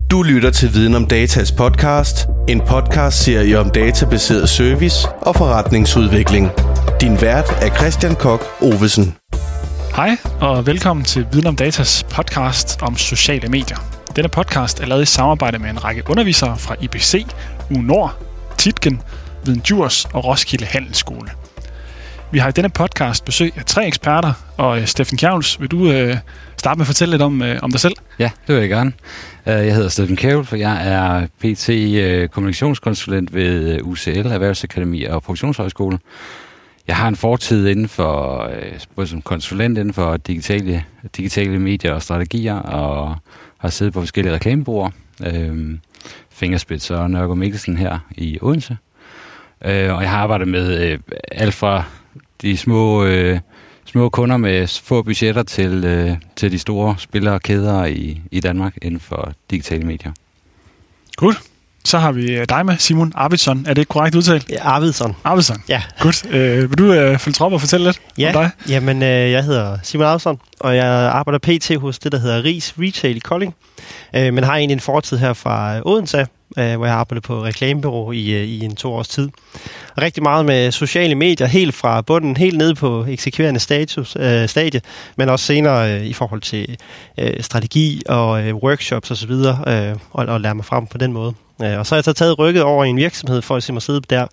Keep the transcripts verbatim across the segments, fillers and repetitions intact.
Du lytter til Viden om Datas podcast, en podcast-serie om databaseret service og forretningsudvikling. Din vært er Christian Koch Ovesen. Hej og velkommen til Viden om Datas podcast om sociale medier. Denne podcast er lavet i samarbejde med en række undervisere fra I B C, U Nord, Tietgen, Viden Djurs og Roskilde Handelsskole. Vi har i denne podcast besøg af tre eksperter, og Steffen Kjærhus, vil du øh, starte med at fortælle lidt om, øh, om dig selv? Ja, det vil jeg gerne. Jeg hedder Steffen Kjærhus, og jeg er P T kommunikationskonsulent ved U C L, Erhvervsakademi og Professionshøjskole. Jeg har en fortid inden for, både som konsulent inden for digitale, digitale medier og strategier, og har siddet på forskellige reklamebureauer. Øh, Fingerspits og Nørgaard Mikkelsen her i Odense. Øh, og jeg har arbejdet med øh, alt fra de små, øh, små kunder med få budgetter til, øh, til de store spillere og kæder i, i Danmark inden for digitale medier. Godt. Så har vi dig med, Simon Arvidsson. Er det korrekt udtalt? Ja, Arvidsson. Arvidsson. Ja. Godt. Øh, vil du øh, følge trop og fortælle lidt ja, om dig? Jamen, øh, jeg hedder Simon Arvidsson, og jeg arbejder pt. Hos det, der hedder Ries Retail i Kolding. Øh, men har egentlig en fortid her fra Odense, øh, hvor jeg arbejder på reklamebureau i, øh, i en to års tid. Rigtig meget med sociale medier, helt fra bunden, helt ned på eksekverende status, øh, stadie, men også senere øh, i forhold til øh, strategi og øh, workshops osv., øh, og, og lære mig frem på den måde. Øh, og så har jeg så taget rykket over i en virksomhed for at se mig sidde der,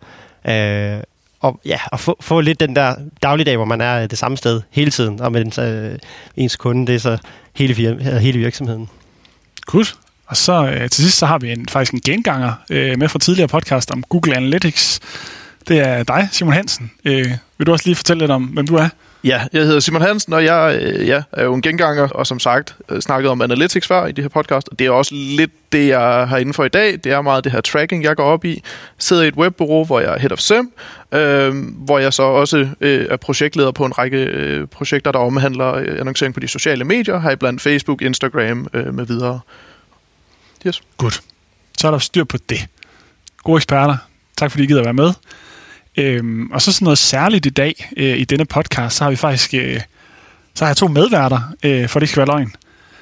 øh, og ja, og få, få lidt den der dagligdag, hvor man er det samme sted hele tiden, og med den, øh, ens kunde, det er så hele, firma, hele virksomheden. Godt. Og så øh, til sidst så har vi en, faktisk en genganger øh, med fra tidligere podcast om Google Analytics. Det er dig, Simon Hansen. Øh, vil du også lige fortælle lidt om, hvem du er? Ja, jeg hedder Simon Hansen, og jeg øh, ja, er jo en genganger, og som sagt øh, snakket om Analytics før i det her podcast. Og det er også lidt det, jeg har inden for i dag. Det er meget det her tracking, jeg går op i. Sidder i et webbureau, hvor jeg er Head of S E M, øh, hvor jeg så også øh, er projektleder på en række øh, projekter, der omhandler øh, annoncering på de sociale medier, her blandt Facebook, Instagram øh, med videre. Yes. Godt. Så er der styr på det. Gode eksperter. Tak fordi I gider være med. Øhm, og så sådan noget særligt i dag øh, i denne podcast, så har vi faktisk øh, så har jeg to medværter, øh, for det skal være løgn.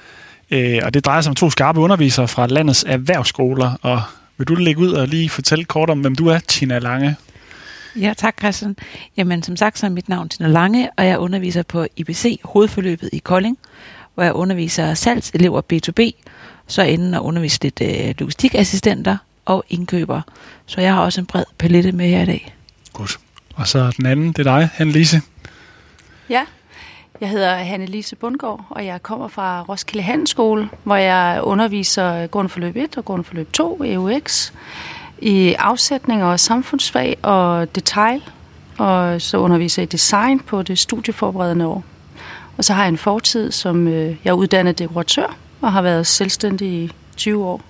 Øh, og det drejer sig om to skarpe undervisere fra landets erhvervsskoler. Og vil du lægge ud og lige fortælle kort om, hvem du er, Tina Lange? Ja, tak Christian. Jamen som sagt så er mit navn Tina Lange, og jeg underviser på I B C hovedforløbet i Kolding, hvor jeg underviser salgselever B to B, så inden at undervise lidt øh, logistikassistenter og indkøbere. Så jeg har også en bred palette med her i dag. Godt. Og så den anden, det er dig, Hanne-Lise. Ja, jeg hedder Hanne-Lise Bundgaard, og jeg kommer fra Roskilde Handelsskole, hvor jeg underviser grundforløb et og grundforløb to, E U X, i afsætning og samfundsfag og detail, og så underviser jeg i design på det studieforberedende år. Og så har jeg en fortid, som øh, jeg er uddannet dekoratør, og har været selvstændig i tyve år.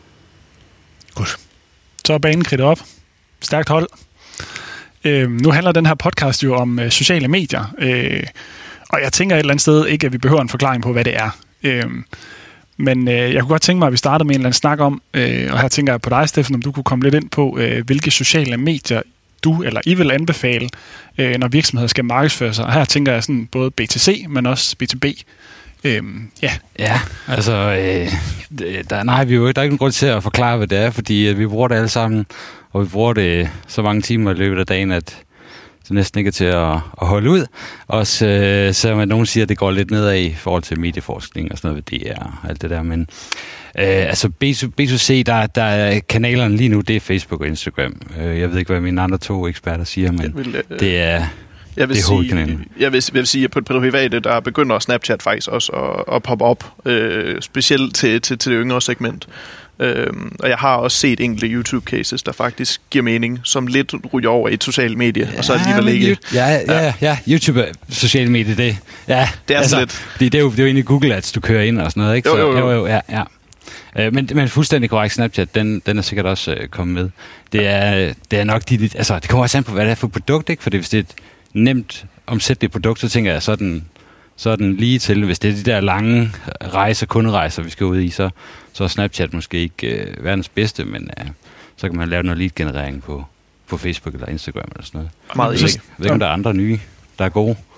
Godt. Så er banen kridtet op. Stærkt hold. Øh, nu handler den her podcast jo om øh, sociale medier, øh, og jeg tænker et eller andet sted ikke, at vi behøver en forklaring på, hvad det er. Øh, men øh, jeg kunne godt tænke mig, at vi starter med en eller anden snak om, øh, og her tænker jeg på dig, Steffen, om du kunne komme lidt ind på, øh, hvilke sociale medier du eller I vil anbefale, øh, når virksomheder skal markedsføre sig. Og her tænker jeg sådan både B to C, men også B to B. Øhm, ja. ja, altså, øh, der, nej, vi er jo, der er ikke nogen grund til at forklare, hvad det er, fordi øh, vi bruger det alle sammen, og vi bruger det så mange timer i løbet af dagen, at det næsten ikke er til at, at holde ud. Også øh, selvom at nogen siger, at det går lidt nedad i forhold til medieforskning og sådan noget, det er alt det der, men øh, altså B to C, der, der er kanalerne lige nu, det er Facebook og Instagram. Øh, jeg ved ikke, hvad mine andre to eksperter siger, men vil, øh, det er... Jeg vil, sige, jeg, vil, jeg vil sige, at på det private, der begynder Snapchat faktisk også at, at poppe op, øh, specielt til, til, til det yngre segment. Øh, og jeg har også set enkelte YouTube-cases, der faktisk giver mening, som lidt ryger over i et socialt medie, ja, og så alligevel ikke... Ja, ja, ja, ja, YouTube er socialt medie, det, ja, det er altså, lidt... Det, det, er jo, det er jo egentlig Google Ads, du kører ind og sådan noget, ikke? Jo, jo, jo. Så, jo, jo ja, ja. Øh, men, men fuldstændig korrekt, Snapchat, den, den er sikkert også øh, kommet med. Det er, det er nok de... Altså, det kommer også an på, hvad det er for produkt, ikke? For det, hvis det er et nemt omsætteligt produkt, så tænker jeg, så er den, så er den lige til. Hvis det er de der lange rejser, kunderejser, vi skal ud i, så, så er Snapchat måske ikke øh, verdens bedste, men øh, så kan man lave noget lead-generering på, på Facebook eller Instagram eller sådan noget. Meget jeg ved ikke, om der er andre nye, der er gode.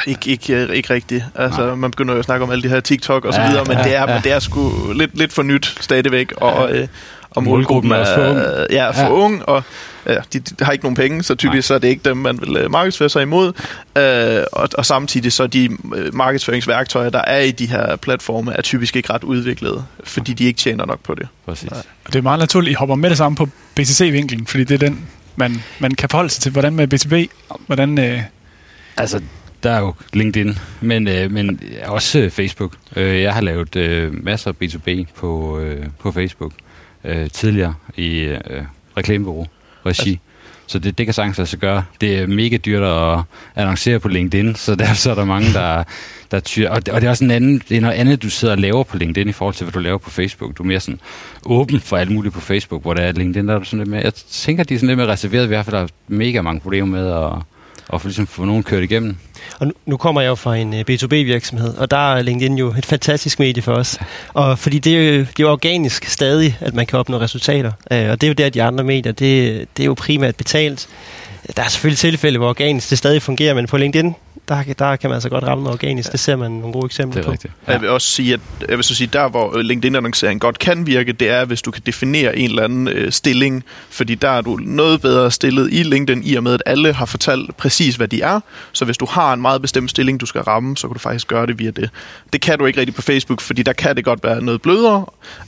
ikke, ikke, ikke rigtigt. Altså, Nej. man begynder jo at snakke om alle de her TikTok og så Ja, videre, men ja, det er, ja. det er sgu lidt, lidt for nyt stadigvæk, og, øh, og Målgruppen målgruppen er er, også for ung. ja, for Ja. ung, og ja, de, de har ikke nogen penge, så typisk Nej. så er det ikke dem, man vil øh, markedsføre sig imod. Øh, og, og samtidig så de øh, markedsføringsværktøjer, der er i de her platforme, er typisk ikke ret udviklede, fordi de ikke tjener nok på det. Præcis. Og det er meget naturligt, I hopper med det samme på B T C-vinklen, fordi det er den, man, man kan forholde sig til. Hvordan med B T B? Hvordan... Øh, Altså, der er jo LinkedIn, men, øh, men også øh, Facebook. Øh, jeg har lavet øh, masser af B to B på, øh, på Facebook øh, tidligere i øh, reklamebureau regi. Så det, det kan sagtens lade sig gøre. Det er mega dyrt at annoncere på LinkedIn, så derfor er der mange, der, der tyr. Og, og det er også en anden, det er noget andet, du sidder og laver på LinkedIn i forhold til, hvad du laver på Facebook. Du er mere sådan åben for alt muligt på Facebook, hvor der er LinkedIn, der er du sådan lidt mere... Jeg tænker, de er sådan lidt mere reserveret. I hvert fald der er mega mange problemer med at, at få, ligesom, få nogen kørt igennem. Og nu, nu kommer jeg jo fra en B to B-virksomhed, og der er LinkedIn jo et fantastisk medie for os. Og fordi det er jo, det er jo organisk stadig, at man kan opnå resultater. Øh, og det er jo der, de andre medier, det, det er jo primært betalt. Der er selvfølgelig tilfælde, hvor organisk det stadig fungerer, men på LinkedIn, der, der kan man altså godt ramme noget organisk. Det ser man nogle gode eksempler Det er på. rigtigt. Ja. Jeg vil også sige, at jeg vil så sige, der hvor LinkedIn-annoncering godt kan virke, det er, hvis du kan definere en eller anden øh, stilling, fordi der er du noget bedre stillet i LinkedIn, i og med, at alle har fortalt præcis, hvad de er. Så hvis du har en meget bestemt stilling, du skal ramme, så kan du faktisk gøre det via det. Det kan du ikke rigtig på Facebook, fordi der kan det godt være noget blødere.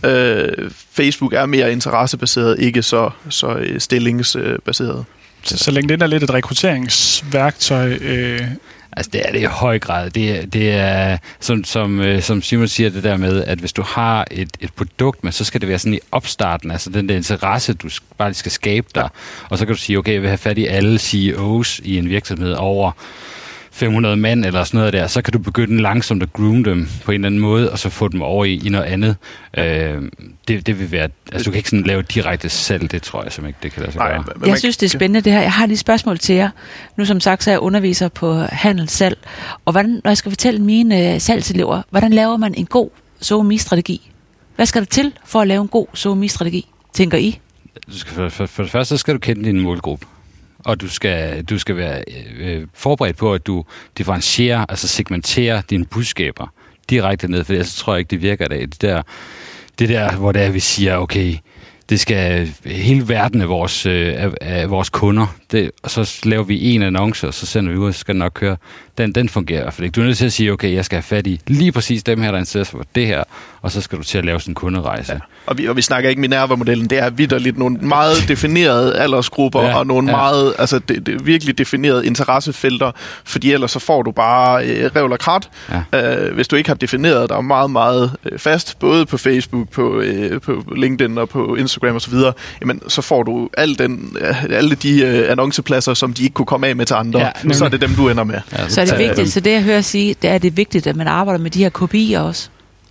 Øh, Facebook er mere interessebaseret, ikke så, så øh, stillingsbaseret. så, så LinkedIn er lidt et rekrutteringsværktøj. Øh, Altså, det er det i høj grad. Det er, det er som, som, øh, som Simon siger, det der med, at hvis du har et, et produkt med, så skal det være sådan i opstarten, altså den der interesse, du bare skal skabe der. Og så kan du sige, okay, jeg vil have fat i alle C E O's i en virksomhed over fem hundrede mand eller sådan noget der, så kan du begynde langsomt at groom dem på en eller anden måde, og så få dem over i, i noget andet. Øh, det, det vil være... Altså, du kan ikke sådan lave direkte salg, det tror jeg simpelthen ikke, det kan lade sig gøre. men Jeg man- synes, det er spændende det her. Jeg har lige et spørgsmål til jer. Nu som sagt, så er jeg underviser på handelssalg. Og hvordan, når jeg skal fortælle mine øh, salgselever, hvordan laver man en god S O M I-strategi? Hvad skal der til for at lave en god S O M I-strategi, tænker I? Du skal, for, for, for det første, så skal du kende din målgruppe. Og du skal, du skal være øh, forberedt på, at du differentierer, altså segmenterer dine budskaber direkte ned, for ellers tror jeg ikke, det virker det. Det der, det der hvor det er, vi siger, okay, det skal hele verden af vores, øh, af, af vores kunder, det, og så laver vi en annonce, og så sender vi ud, og så skal den nok køre. Den, den fungerer i hvert fald ikke. Du er nødt til at sige, okay, jeg skal have fat i lige præcis dem her, der interesserer sig for det her, og så skal du til at lave sådan en kunderejse. Ja. Og vi, og vi snakker ikke Minerva-modellen, det er vitterligt nogle meget definerede aldersgrupper, Ja, ja, og nogle ja. ja. meget, altså det, det virkelig definerede interessefelter, fordi ellers så får du bare øh, revl og krat. Ja. Øh, hvis du ikke har defineret dig meget, meget øh, fast, både på Facebook, på, øh, på LinkedIn og på Instagram osv., jamen så får du al den, øh, alle de øh, annoncepladser, som de ikke kunne komme af med til andre, Ja, ja, nemlig. så er det dem, du ender med. Ja, Så er det tager vigtigt, dem. så det jeg hører sige, det er, at det er vigtigt, at man arbejder med de her kopier også.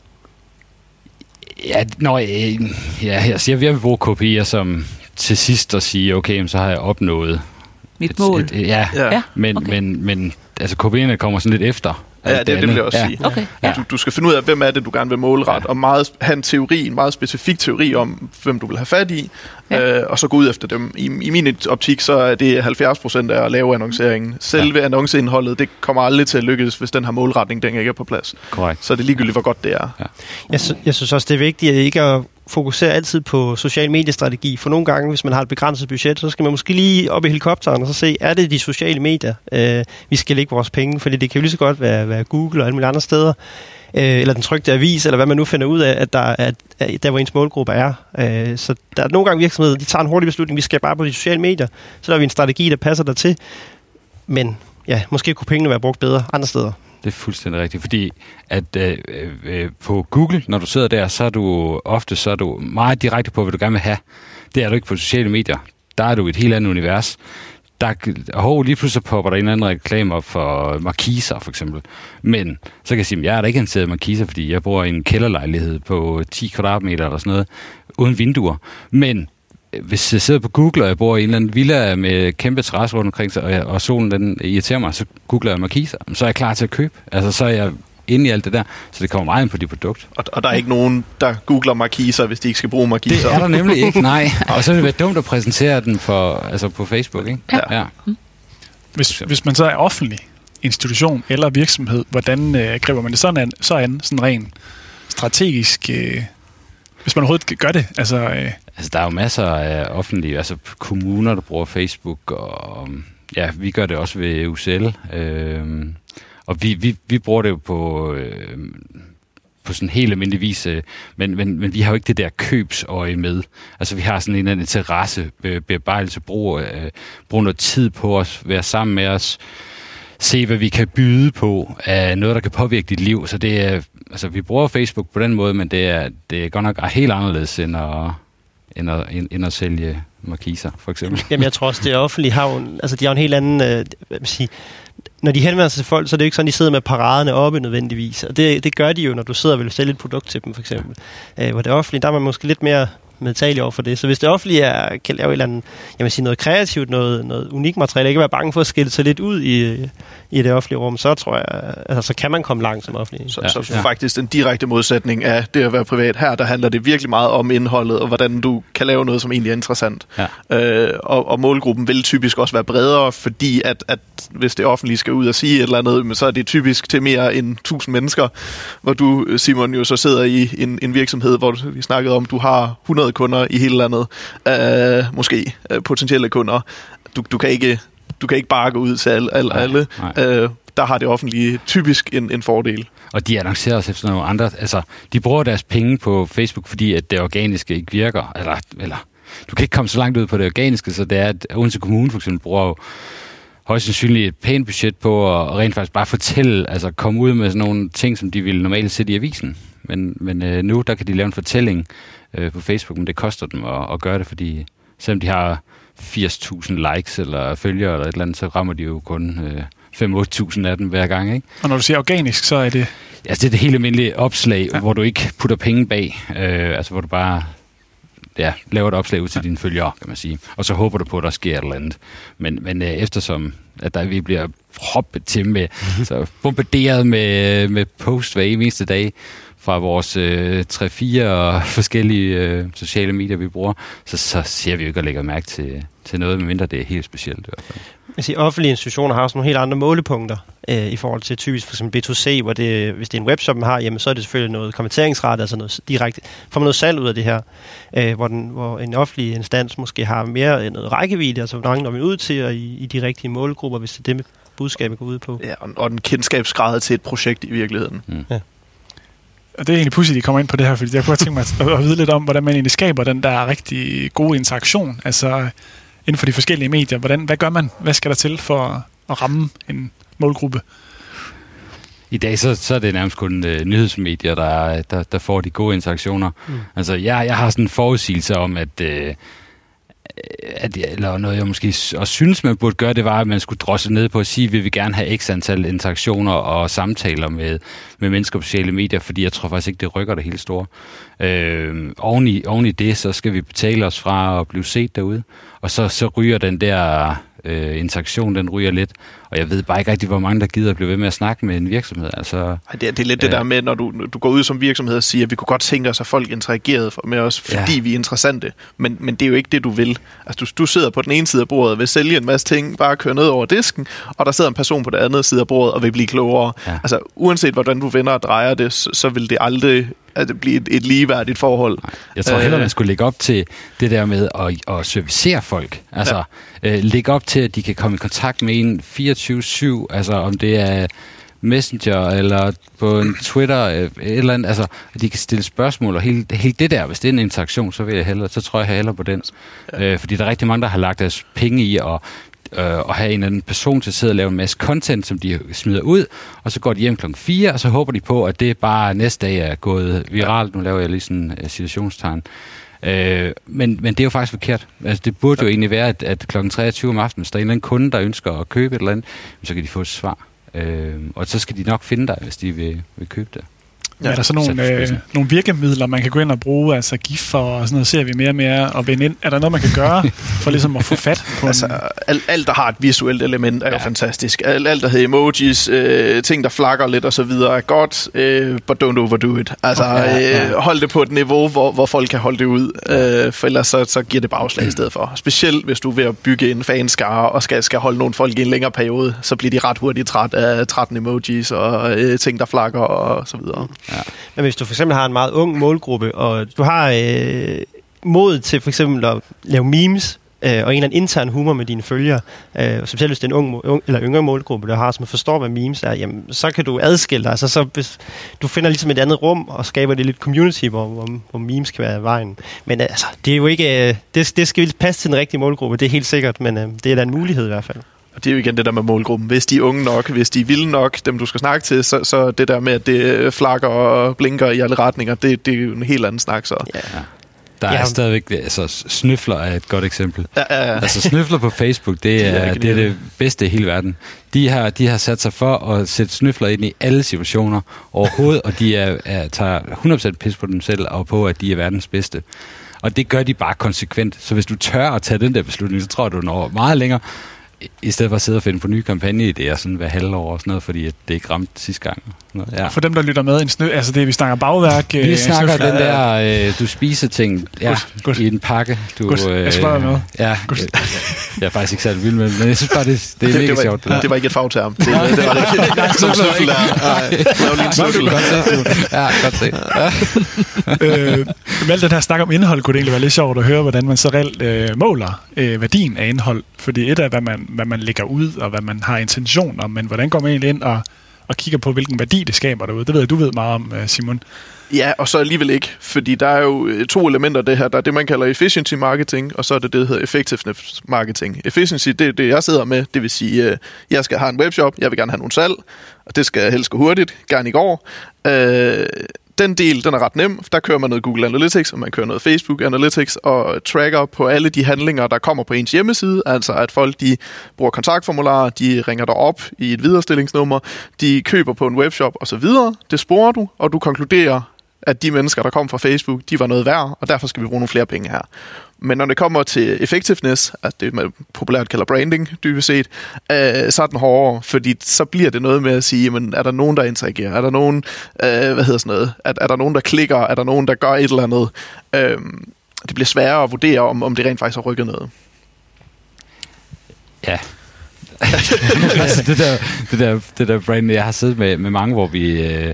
Ja, når, øh, ja, jeg siger, vi vil bruge kopier som til sidst at sige, okay, så har jeg opnået Mit et, mål. Et, et, ja, Ja. Ja, men, okay. men, men altså kopierne kommer sådan lidt efter. Ja, alt det, det vil andet. jeg også ja. sige. Okay, Ja. ja. Du, du skal finde ud af, hvem er det, du gerne vil målrette, ja. og meget, have en teori, en meget specifik teori om, hvem du vil have fat i, Ja. øh, og så gå ud efter dem. I, I min optik, så er det halvfjerds procent af at lave annonceringen. Selve ja. annonceindholdet, det kommer aldrig til at lykkes, hvis den her målretning, den ikke er på plads. Korrekt. Så er det ligegyldigt, hvor godt det er. Ja. Jeg, sy- jeg synes også, det er vigtigt at ikke at fokusere altid på social mediestrategi, for nogle gange, hvis man har et begrænset budget, så skal man måske lige op i helikopteren og så se, er det de sociale medier, øh, vi skal lægge vores penge, fordi det kan jo lige så godt være, være Google og alle mulige andre steder, øh, eller den trykte avis, eller hvad man nu finder ud af, at der er, at der hvor ens målgruppe er. Øh, så der er nogle gange virksomheder, de tager en hurtig beslutning, vi skal bare på de sociale medier, så der er vi en strategi, der passer der til, men ja, måske kunne pengene være brugt bedre andre steder. Det er fuldstændig rigtigt, fordi at øh, øh, på Google, når du sidder der, så er du ofte så er du meget direkte på, hvad du gerne vil have. Det er du ikke på sociale medier. Der er du i et helt andet univers. Der, hov, lige pludselig popper der en eller anden reklame op for markiser, for eksempel. Men så kan jeg sige, at jeg er da ikke interesseret i markiser, fordi jeg bor i en kælderlejlighed på ti kvadratmeter eller sådan noget, uden vinduer. Men hvis jeg sidder på Google, og jeg bor i en eller anden villa med kæmpe terrasse rundt omkring sig, og, jeg, og solen den irriterer mig, så googler jeg markiser. Så er jeg klar til at købe. Altså, så er jeg inde i alt det der. Så det kommer meget ind på de produkter. Og, og der er ikke nogen, der googler markiser, hvis de ikke skal bruge markiser. Det er der nemlig ikke, nej. Og så vil det være dumt at præsentere den for, altså på Facebook, ikke? Ja. ja. hvis, hvis man så er offentlig institution eller virksomhed, hvordan øh, griber man det sådan an, så an, sådan rent strategisk, øh, hvis man overhovedet gør det? Altså, øh. altså, der er jo masser af offentlige, altså kommuner, der bruger Facebook, og ja, vi gør det også ved U C L, øh, og vi, vi, vi bruger det jo på... Øh, på sådan helt almindelig vis, men, men, men vi har jo ikke det der købsøje med. Altså vi har sådan en eller anden interesse, bearbejdelse, bruge, øh, bruge noget tid på os, være sammen med os, se hvad vi kan byde på af noget, der kan påvirke dit liv. Så det er, altså vi bruger Facebook på den måde, men det er, det er godt nok helt anderledes end at, end at, end, end at sælge markiser, for eksempel. Jamen jeg tror også, det offentlige har jo, altså de har en helt anden, øh, hvad man siger, når de henvender sig til folk, så er det ikke sådan, de sidder med paraderne oppe nødvendigvis. Og det, det gør de jo, når du sidder og vil sælge et produkt til dem, for eksempel. Øh, hvor det offentlige, der er man måske lidt mere medtagelig over for det. Så hvis det offentlige er, kan lave et eller andet, jeg vil sige, noget kreativt, noget, noget unikt materiale, ikke være bange for at skille sig lidt ud i, i det offentlige rum, så tror jeg, altså så kan man komme langt som offentlig. Så, ja, så ja. faktisk en direkte modsætning af det at være privat. Her, der handler det virkelig meget om indholdet, og hvordan du kan lave noget, som egentlig er interessant. Ja. Øh, og, og målgruppen vil typisk også være bredere, fordi at, at hvis det offentlige skal ud og sige et eller andet, så er det typisk til mere end tusind mennesker, hvor du, Simon, jo så sidder i en, en virksomhed, hvor vi snakkede om, du har hundrede kunder i hele landet, øh, måske øh, potentielle kunder. Du, du, kan ikke, du kan ikke bare gå ud til alle. alle, nej, alle. Nej. Øh, der har det offentlige typisk en, en fordel. Og de annoncerer sig efter nogle andre. Altså, de bruger deres penge på Facebook, fordi at det organiske ikke virker. Eller, eller du kan ikke komme så langt ud på det organiske, så det er, at Odense Kommune for eksempel bruger jo højst sandsynligt et pænt budget på at rent faktisk bare fortælle, altså komme ud med sådan nogle ting, som de ville normalt sætte i avisen. Men, men øh, nu, der kan de lave en fortælling øh, på Facebook, men det koster dem at, at gøre det, fordi selvom de har firs tusind likes eller følgere eller et eller andet, så rammer de jo kun øh, fem til otte tusind af dem hver gang, ikke? Og når du siger organisk, så er det... Altså det er det helt almindelige opslag, ja. Hvor du ikke putter penge bag, øh, altså hvor du bare ja, laver et opslag ud til ja. Dine følgere, kan man sige. Og så håber du på, at der sker et eller andet. Men, men øh, eftersom at der vi bliver proppet til med, så bombarderet med, med post hver eneste dag, fra vores øh, tre fire forskellige øh, sociale medier, vi bruger, så, så ser vi jo ikke at lægge mærke til, til noget, medmindre det er helt specielt i hvert fald. Jeg siger, offentlige institutioner har også nogle helt andre målepunkter øh, i forhold til typisk for eksempel B to C, hvor det, hvis det er en webshop, man har, jamen, så er det selvfølgelig noget konverteringsret, altså noget direkte, får man noget salg ud af det her, øh, hvor, den, hvor en offentlig instans måske har mere noget rækkevidde, altså hvor mange når man ud til, og i, i de rigtige målgrupper, hvis det er det, budskabet går ud på. Ja, og, og den kendskabsgrad til et projekt i virkeligheden. Mm. Ja. Og det er egentlig pudsigt, at I kommer ind på det her, fordi jeg kunne tænke mig at, at vide lidt om, hvordan man egentlig skaber den der rigtig gode interaktion, altså inden for de forskellige medier. Hvordan, hvad gør man? Hvad skal der til for at ramme en målgruppe? I dag så, så er det nærmest kun uh, nyhedsmedier, der, der, der får de gode interaktioner. Mm. Altså, jeg, jeg har sådan en forudsigelse om, at, uh, at eller noget, jeg måske også synes, man burde gøre, det var, at man skulle drosse ned på at sige, at vi vil gerne have x antal interaktioner og samtaler med, med mennesker på sociale medier, fordi jeg tror faktisk ikke, det rykker det helt store. Øh, oven, i, oven i det, så skal vi betale os fra at blive set derude, og så, så ryger den der øh, interaktion, den ryger lidt, og jeg ved bare ikke rigtig, hvor mange der gider at blive ved med at snakke med en virksomhed. Altså, Ej, det, er, det er lidt øh, det der med, når du, når du går ud som virksomhed og siger, at vi kunne godt tænke os, at folk interagerede med os, fordi ja. Vi er interessante, men, men det er jo ikke det, du vil. Altså, du, du sidder på den ene side af bordet og vil sælge en masse ting, bare køre ned over disken, og der sidder en person på den anden side af bordet og vil blive klogere. Ja. Altså, uanset hvordan du vender og drejer det, så, så vil det aldrig at det bliver et, et ligeværdigt forhold. Jeg tror hellere, man skulle lægge op til det der med at, at servicere folk. Altså, ja. øh, lægge op til, at de kan komme i kontakt med en fireogtyve syv, altså om det er Messenger eller på en Twitter, et eller andet, altså, at de kan stille spørgsmål, og hele, hele det der, hvis det er en interaktion, så vil jeg hellere, så tror jeg, jeg hellere på den. Ja. Øh, fordi der er rigtig mange, der har lagt deres penge i at og have en anden person til at sidde og lave en masse content, som de smider ud, og så går de hjem klokken fire, og så håber de på, at det bare næste dag er gået viralt. Nu laver jeg lige sådan en situationstegn. Øh, men, men det er jo faktisk forkert. Altså, det burde jo egentlig være, at, at klokken treogtyve om aftenen, hvis der er en eller anden kunde, der ønsker at købe et eller andet, så kan de få et svar. Øh, og så skal de nok finde dig, hvis de vil, vil købe det. Ja, er der så nogle, øh, nogle virkemidler, man kan gå ind og bruge, altså gif og sådan noget, ser vi mere og mere, og vende ind? Er der noget, man kan gøre for ligesom at få fat på altså, en... alt, alt, der har et visuelt element, er ja. jo fantastisk. Alt, alt der hedder emojis, øh, ting, der flakker lidt og så videre, er godt, øh, but don't overdo it. Altså, okay, ja, ja. Øh, hold det på et niveau, hvor, hvor folk kan holde det ud, øh, for ellers så, så giver det bagslag i stedet for. Specielt hvis du er ved at bygge en fanskare og skal, skal holde nogle folk i en længere periode, så bliver de ret hurtigt træt af tretten emojis og øh, ting, der flakker og så videre. Ja. Men hvis du for eksempel har en meget ung målgruppe, og du har øh, mod til for eksempel at lave memes, øh, og en eller anden intern humor med dine følgere, øh, og specielt hvis det er en ung, ung eller yngre målgruppe, der har, som forstår, hvad memes er, jamen, så kan du adskille dig. Altså, så hvis du finder ligesom et andet rum, og skaber det lidt community, hvor, hvor, hvor memes kan være vejen. Men altså, det er jo ikke... Øh, det, det skal passe til den rigtige målgruppe, det er helt sikkert, men øh, det er da en mulighed i hvert fald. Og det er jo igen det der med målgruppen. Hvis de er unge nok, hvis de er vilde nok, dem du skal snakke til, så, så det der med, at det flakker og blinker i alle retninger, det, det er jo en helt anden snak. Så. Ja. Der er ja. stadigvæk... Altså, snøfler er et godt eksempel. Ja, ja, ja. Altså, snøfler på Facebook, det er, det er det bedste i hele verden. De har, de har sat sig for at sætte snøfler ind i alle situationer overhovedet, og de er, er, tager hundrede procent pis på dem selv, og på, at de er verdens bedste. Og det gør de bare konsekvent. Så hvis du tør at tage den der beslutning, så tror jeg, du når meget længere, i stedet for at sidde og finde på nye kampagneidéer sådan hver halvår og sådan noget, fordi det ikke ramte sidste gang. Ja. For dem, der lytter med, en snø, altså det, vi snakker bagværk. Vi øh, snakker snøfler, den der, øh, du spiser ting ja, good, good. i en pakke. Du, good. Jeg spørger noget. Ja, jeg, jeg er faktisk ikke særlig vild med men jeg synes bare, det, det er det, mega det var, sjovt. Det, det var ikke et fagterm. Det, det, det var det ikke. Nej, snøffel er. Ja, godt se. øh, med alt den her snak om indhold, kunne det egentlig være lidt sjovt at høre, hvordan man så reelt øh, måler øh, værdien af indhold. Fordi et af, hvad man, hvad man lægger ud, og hvad man har intention om, men hvordan går man egentlig ind og, og kigger på, hvilken værdi det skaber derude? Det ved jeg, du ved meget om, Simon. Ja, og så alligevel ikke, fordi der er jo to elementer af det her. Der er det, man kalder efficiency marketing, og så er det det, der hedder effectiveness marketing. Efficiency, det er det, jeg sidder med. Det vil sige, jeg skal have en webshop, jeg vil gerne have nogle salg, og det skal helst gå hurtigt, gerne i går. Øh, Den del, den er ret nem. Der kører man noget Google Analytics, og man kører noget Facebook Analytics, og tracker på alle de handlinger, der kommer på ens hjemmeside. Altså at folk, de bruger kontaktformularer, de ringer dig op i et viderestillingsnummer, de køber på en webshop osv. Det sporer du, og du konkluderer, at de mennesker, der kom fra Facebook, de var noget værd, og derfor skal vi bruge nogle flere penge her. Men når det kommer til effectiveness, altså det man populært kalder branding, dybest set, øh, så er den hårdere, fordi så bliver det noget med at sige, men er der nogen, der interagerer? Er der nogen, øh, hvad hedder sådan noget? Er, er der nogen, der klikker? Er der nogen, der gør et eller andet? Øh, det bliver sværere at vurdere, om, om det rent faktisk har rykket noget. Ja. altså det der, det der, det der branding, jeg har siddet med, med mange, hvor vi... Øh,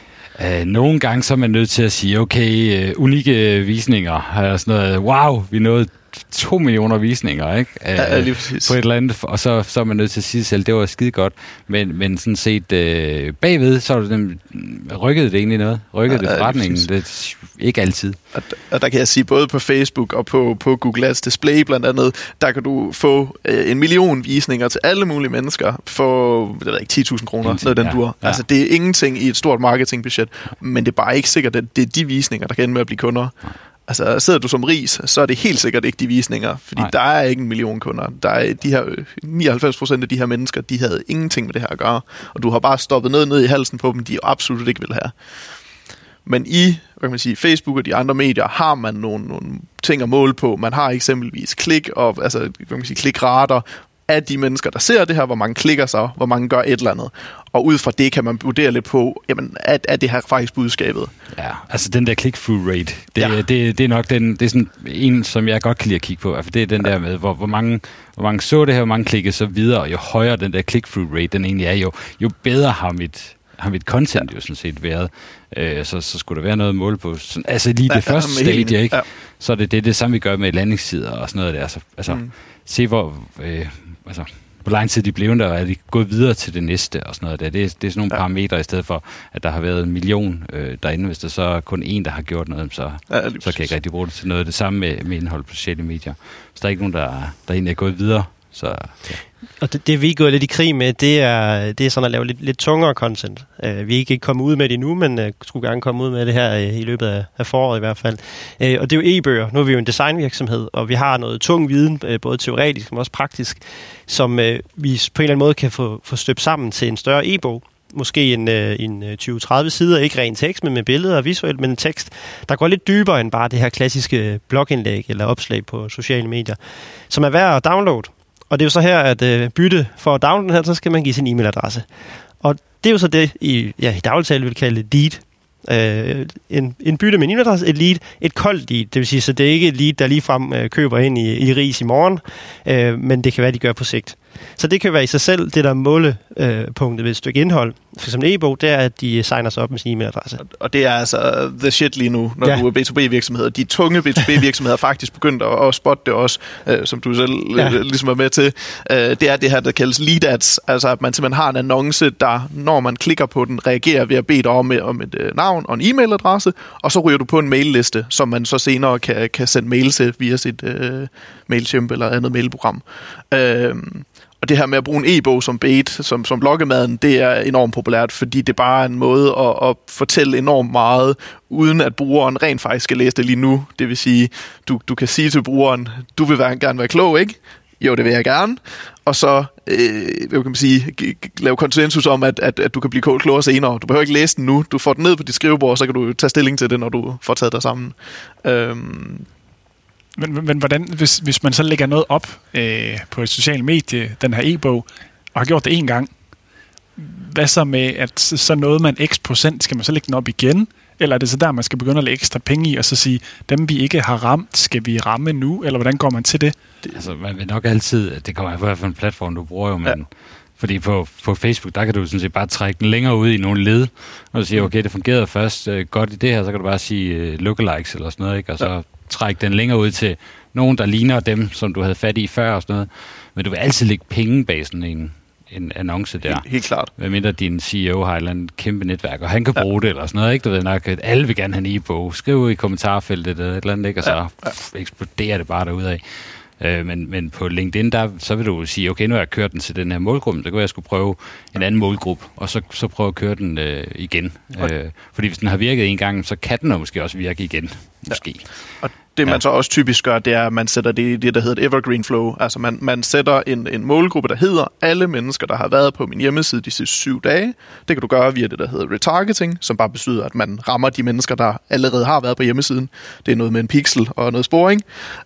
Uh, nogle gange så er man nødt til at sige, okay, uh, unikke visninger, uh, sådan noget, wow, vi nåede to millioner visninger, ikke? Uh, ja, lige præcis. På et eller andet, og så, så er man nødt til at sige selv, det var skide godt, men, men sådan set uh, bagved, så er det dem, rykkede det egentlig noget, rykkede ja, det forretningen, det er ikke altid. Og, og der kan jeg sige, både på Facebook og på, på Google Ads Display blandt andet, der kan du få øh, en million visninger til alle mulige mennesker for, jeg ved ikke, ti tusind kroner, noget den ja, dur. Ja. Altså det er ingenting i et stort marketingbudget, men det er bare ikke sikkert, at det er de visninger, der kan ende med at blive kunder. Nej. Altså sidder du som ris, så er det helt sikkert ikke de visninger, fordi Nej. der er ikke en million kunder. Der er de her nioghalvfems procent af de her mennesker, de havde ingenting med det her at gøre, og du har bare stoppet noget ned i halsen på dem, de absolut ikke vil have. Men i hvad kan man sige, Facebook og de andre medier har man nogle, nogle ting at måle på. Man har eksempelvis klik og altså hvad kan man sige, klikrater af de mennesker, der ser det her, hvor mange klikker sig, hvor mange gør et eller andet. Og ud fra det kan man vurdere lidt på, jamen, er, er det her faktisk budskabet? Ja, altså den der click-through rate, det, ja. det, det er nok den, det er sådan en, som jeg godt kan lide at kigge på. Altså det er den der med, hvor, hvor, mange, hvor mange så det her, hvor mange klikker så videre, og jo højere den der click-through rate, den egentlig er, jo, jo bedre har mit, har mit content jo sådan set været. Øh, så, så skulle der være noget at måle på. Så, altså lige det ja, første stadie, ikke? Ja. Så er det det, det samme, vi gør med landingssider og sådan noget der. Så, altså, mm. se hvor... Øh, altså, hvor lang tid de blev der, og er de gået videre til det næste og sådan noget der. Det er, det er sådan nogle ja. parametre, i stedet for, at der har været en million øh, derinde. Hvis der så er kun en, der har gjort noget, så, ja, så kan jeg ikke rigtig bruge det til noget. Det samme med, med indhold på sociale medier. Så der er ikke nogen, der, der egentlig er gået videre. Så, ja. Og det, det vi er gået lidt i krig med, det er, det er sådan at lave lidt, lidt tungere content. Uh, vi er ikke kommet ud med det endnu, men uh, skulle gerne komme ud med det her uh, i løbet af, af foråret i hvert fald. Uh, og det er jo e-bøger. Nu er vi jo en designvirksomhed, og vi har noget tung viden, uh, både teoretisk, men også praktisk, som uh, vi på en eller anden måde kan få, få støbt sammen til en større e-bog. måske en, en tyve til tredive sider, ikke ren tekst, men med billeder og visuelt, men en tekst, der går lidt dybere end bare det her klassiske blogindlæg eller opslag på sociale medier, som er værd at downloade. Og det er jo så her, at øh, bytte for at downloade den her, så skal man give sin e-mailadresse. Og det er jo så det, i, ja, i dagligtale vil kalde lead. Øh, en, en bytte med en e-mailadresse, et lead, et koldt lead. Det vil sige, så det er ikke et lead, der ligefrem øh, køber ind i, i ris i morgen, øh, men det kan være, de gør på sigt. Så det kan være i sig selv, det der målepunktet ved et stykke indhold, for eksempel e-bog, det er, at de signer sig op med sin e-mailadresse. Og det er altså the shit lige nu, når ja. du er B to B-virksomheder. De tunge B to B-virksomheder har faktisk begyndt at, at spotte det også, øh, som du selv ja. øh, ligesom er med til. Øh, det er det her, der kaldes lead ads, altså at man simpelthen har en annonce, der, når man klikker på den, reagerer ved at bede dig om, om et øh, navn og en e-mailadresse, og så ryger du på en mailliste, som man så senere kan, kan sende mail til via sit øh, Mailchimp eller andet mailprogram. Øh, Og det her med at bruge en e-bog som bait, som, som bloggemaden, det er enormt populært, fordi det bare er en måde at, at fortælle enormt meget, uden at brugeren rent faktisk skal læse det lige nu. Det vil sige, du, du kan sige til brugeren, du vil være, gerne være klog, ikke? Jo, det vil jeg gerne. Og så øh, hvad kan man sige, lave konsensus om, at, at, at du kan blive klogere senere. Du behøver ikke læse den nu. Du får den ned på dit skrivebord, så kan du tage stilling til det, når du får taget dig sammen. Øhm Men, men hvordan, hvis, hvis man så lægger noget op øh, på et socialt medie, den her e-bog, og har gjort det en gang, hvad så med, at så noget man x procent, skal man så lægge den op igen? Eller er det så der, man skal begynde at lægge ekstra penge i, og så sige, dem vi ikke har ramt, skal vi ramme nu? Eller hvordan går man til det? det altså, man vil nok altid, det kommer i hvert fald en platform, du bruger jo, men... Ja. Fordi på, på Facebook, der kan du sådan set bare trække den længere ud i nogle led, og du siger, okay, det fungerede først øh, godt i det her, så kan du bare sige øh, lookalikes eller sådan noget, ikke? Og så ja. trække den længere ud til nogen, der ligner dem, som du havde fat i før og sådan noget. Men du vil altid lægge penge bag sådan en, en annonce der. Helt, helt klart. Medmindre din C E O har et eller andet kæmpe netværk, og han kan bruge ja. det eller sådan noget, ikke? Du ved nok, at alle vil gerne have en e-bog. Skriv i kommentarfeltet eller et eller andet, ikke? Og så ja. Ja. eksploderer det bare derudad. Men, men på LinkedIn, der, så vil du sige, okay, nu har jeg kørt den til den her målgruppe, så kan jeg skulle prøve en anden målgruppe, og så, så prøve at køre den øh, igen. Øh, fordi hvis den har virket en gang, så kan den måske også virke igen. Måske. Ja. Og det man ja. så også typisk gør, det er, at man sætter det i det, der hedder et evergreen flow. Altså man, man sætter en, en målgruppe, der hedder alle mennesker, der har været på min hjemmeside de sidste syv dage. Det kan du gøre via det, der hedder retargeting, som bare betyder, at man rammer de mennesker, der allerede har været på hjemmesiden. Det er noget med en pixel og noget sporing.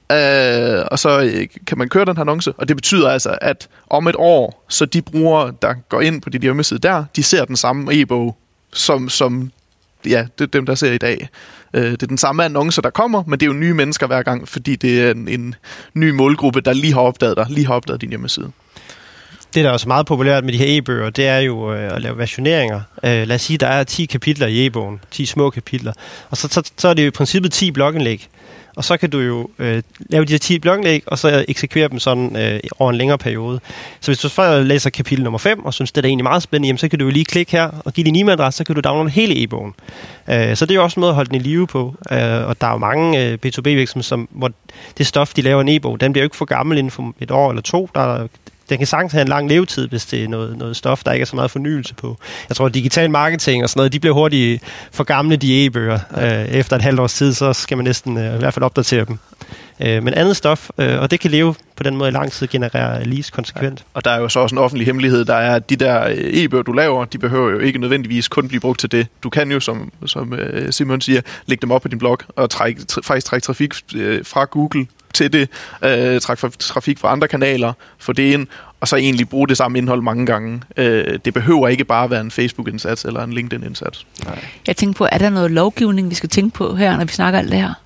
Øh, og så kan man køre den her annonce, og det betyder altså, at om et år, så de brugere, der går ind på dit hjemmeside der, de ser den samme e-bog, som, som ja, det er dem, der ser i dag. Det er den samme annonce, der kommer, men det er jo nye mennesker hver gang, fordi det er en, en ny målgruppe, der lige har opdaget dig, lige har opdaget din hjemmeside. Det, der er også meget populært med de her e-bøger, det er jo øh, at lave versioneringer. Øh, lad os sige, der er ti kapitler i e-bogen, ti små kapitler, og så, så, så er det jo i princippet ti blogindlæg. Og så kan du jo øh, lave de her ti blogindlæg, og så eksekvere dem sådan øh, over en længere periode. Så hvis du først læser kapitel nummer fem, og synes, det er egentlig meget spændende, jamen, så kan du jo lige klikke her og give din e-mailadresse, så kan du downloade hele e-bogen. Øh, så det er jo også en måde at holde den i live på. Øh, og der er jo mange øh, B to B-virksomheder, som, hvor det stof, de laver en e-bog, den bliver jo ikke for gammel inden for et år eller to. Der er Den kan sagtens have en lang levetid, hvis det er noget, noget stof, der ikke er så meget fornyelse på. Jeg tror, at digital marketing og sådan noget, de bliver hurtigt for gamle, de e-bøger. Øh, efter et halvt års tid, så skal man næsten øh, i hvert fald opdatere dem. Øh, men andet stof, øh, og det kan leve på den måde i lang tid, generere leads konsekvent. Ja. Og der er jo så også en offentlig hemmelighed, der er, at de der e-bøger, du laver, de behøver jo ikke nødvendigvis kun blive brugt til det. Du kan jo, som, som Simon siger, lægge dem op på din blog og trække, tr- faktisk trække trafik øh, fra Google til det, øh, trække trafik fra andre kanaler, få det ind, og så egentlig bruge det samme indhold mange gange. Øh, det behøver ikke bare være en Facebook-indsats eller en LinkedIn-indsats. Nej. Jeg tænker på, er der noget lovgivning, vi skal tænke på her, når vi snakker alt det her?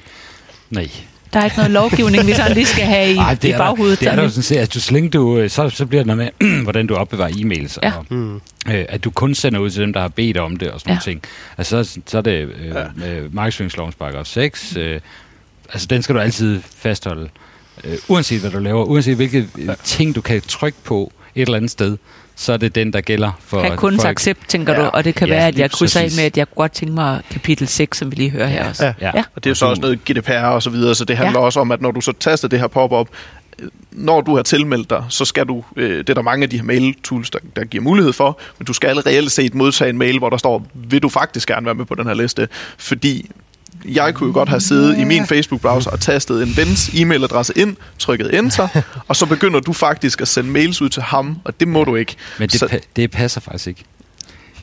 Nej. Der er ikke noget lovgivning, vi sådan lige skal have i, Ej, i baghovedet. Det er der jo sådan set, at så længe du, så, så bliver det noget med, hvordan du opbevarer e-mails, ja. og mm. øh, at du kun sender ud til dem, der har bedt om det, og sådan ja. nogle ting. Altså, så, så er det øh, ja. øh, markedsføringslovens paragraf seks, øh, altså den skal du altid fastholde, øh, uanset hvad du laver, uanset hvilke ja. ting du kan trykke på et eller andet sted, så er det den, der gælder for... Kan kundens accept, tænker ja. du, og det kan ja, være, at jeg krydser af med, at jeg godt tænker mig kapitel seks, som vi lige hører her også. Ja, ja. ja. Og det er så også noget G D P R og så videre, så det handler ja. også om, at når du så taster det her pop-up, når du har tilmeldt dig, så skal du, øh, det er der mange af de her mail-tools, der, der giver mulighed for, men du skal reelt set modtage en mail, hvor der står, vil du faktisk gerne være med på den her liste, fordi jeg kunne jo godt have siddet i min Facebook-browser og tastet en vens e-mailadresse ind, trykket enter, og så begynder du faktisk at sende mails ud til ham, og det må du ikke. Men det, så, pa- det passer faktisk ikke.